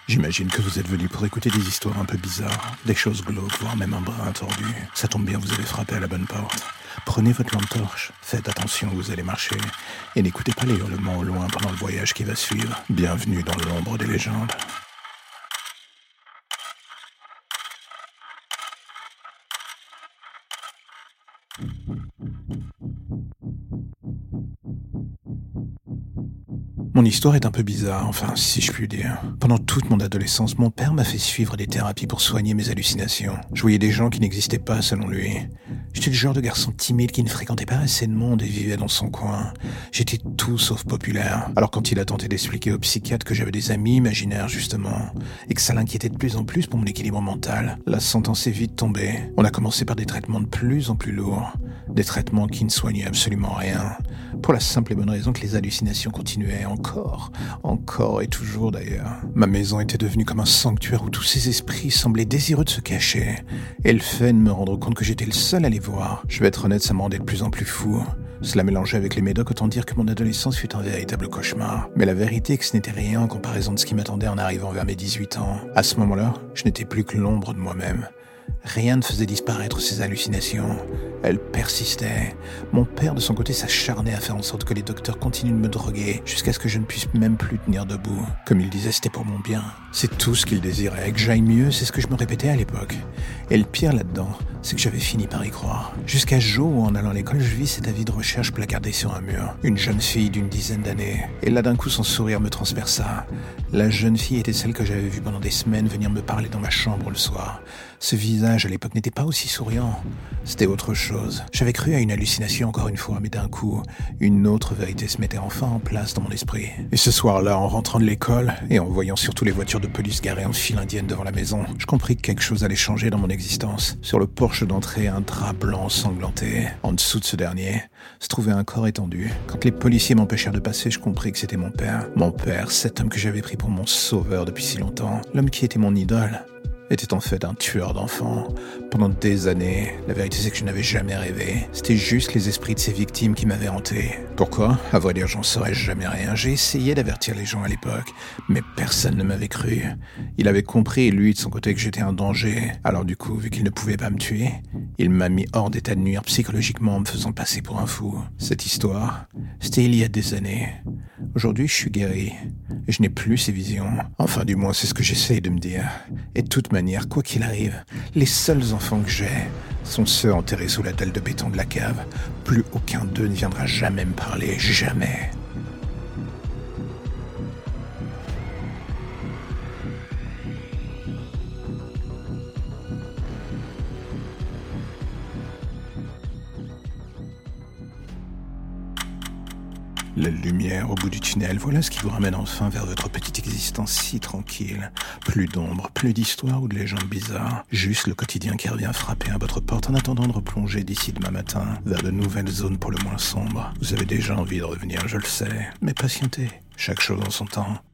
J'imagine que vous êtes venu pour écouter des histoires un peu bizarres, des choses glauques, voire même un brin tordu. Ça tombe bien, vous avez frappé à la bonne porte. Prenez votre lampe torche, faites attention où vous allez marcher, et n'écoutez pas les hurlements au loin pendant le voyage qui va suivre. Bienvenue dans l'ombre des légendes. Mon histoire est un peu bizarre, enfin, si je puis dire. Pendant toute mon adolescence, mon père m'a fait suivre des thérapies pour soigner mes hallucinations. Je voyais des gens qui n'existaient pas selon lui. J'étais le genre de garçon timide qui ne fréquentait pas assez de monde et vivait dans son coin. J'étais tout sauf populaire. Alors quand il a tenté d'expliquer au psychiatre que j'avais des amis imaginaires justement, et que ça l'inquiétait de plus en plus pour mon équilibre mental, la sentence est vite tombée. On a commencé par des traitements de plus en plus lourds. Des traitements qui ne soignaient absolument rien. Pour la simple et bonne raison que les hallucinations continuaient encore et toujours d'ailleurs. Ma maison était devenue comme un sanctuaire où tous ces esprits semblaient désireux de se cacher. Et le fait de me rendre compte que j'étais le seul à les voir, je vais être honnête, ça me rendait de plus en plus fou. Cela mélangeait avec les médocs, autant dire que mon adolescence fut un véritable cauchemar. Mais la vérité est que ce n'était rien en comparaison de ce qui m'attendait en arrivant vers mes 18 ans. À ce moment-là, je n'étais plus que l'ombre de moi-même. Rien ne faisait disparaître ces hallucinations. Elles persistaient. Mon père, de son côté, s'acharnait à faire en sorte que les docteurs continuent de me droguer jusqu'à ce que je ne puisse même plus tenir debout. Comme il disait, c'était pour mon bien. C'est tout ce qu'il désirait. Que j'aille mieux, c'est ce que je me répétais à l'époque. Et le pire là-dedans, c'est que j'avais fini par y croire. Jusqu'à ce jour où, en allant à l'école, je vis cet avis de recherche placardé sur un mur. Une jeune fille d'une dizaine d'années. Et là, d'un coup, son sourire me transperça. La jeune fille était celle que j'avais vue pendant des semaines venir me parler dans ma chambre le soir. Ce visage, à l'époque, n'était pas aussi souriant. C'était autre chose. J'avais cru à une hallucination encore une fois, mais d'un coup, une autre vérité se mettait enfin en place dans mon esprit. Et ce soir-là, en rentrant de l'école, et en voyant surtout les voitures de police garées en file indienne devant la maison, je compris que quelque chose allait changer dans mon existence. Sur le porche d'entrée, un drap blanc ensanglanté. En dessous de ce dernier, se trouvait un corps étendu. Quand les policiers m'empêchèrent de passer, je compris que c'était mon père. Mon père, cet homme que j'avais pris pour mon sauveur depuis si longtemps. L'homme qui était mon idole. Était en fait un tueur d'enfants. Pendant des années, la vérité c'est que je n'avais jamais rêvé. C'était juste les esprits de ses victimes qui m'avaient hanté. Pourquoi ? À vrai dire, j'en saurais jamais rien. J'ai essayé d'avertir les gens à l'époque, mais personne ne m'avait cru. Il avait compris, lui, de son côté, que j'étais un danger. Alors du coup, vu qu'il ne pouvait pas me tuer, il m'a mis hors d'état de nuire psychologiquement en me faisant passer pour un fou. Cette histoire, c'était il y a des années. Aujourd'hui, je suis guéri. Et je n'ai plus ces visions. Enfin, du moins, c'est ce que j'essaye de me dire. Et de toute manière, quoi qu'il arrive, les seuls enfants que j'ai sont ceux enterrés sous la dalle de béton de la cave. Plus aucun d'eux ne viendra jamais me parler. Jamais. La lumière au bout du tunnel, voilà ce qui vous ramène enfin vers votre petite existence si tranquille. Plus d'ombre, plus d'histoires ou de légendes bizarres. Juste le quotidien qui revient frapper à votre porte en attendant de replonger d'ici demain matin vers de nouvelles zones pour le moins sombres. Vous avez déjà envie de revenir, je le sais, mais patientez, chaque chose en son temps.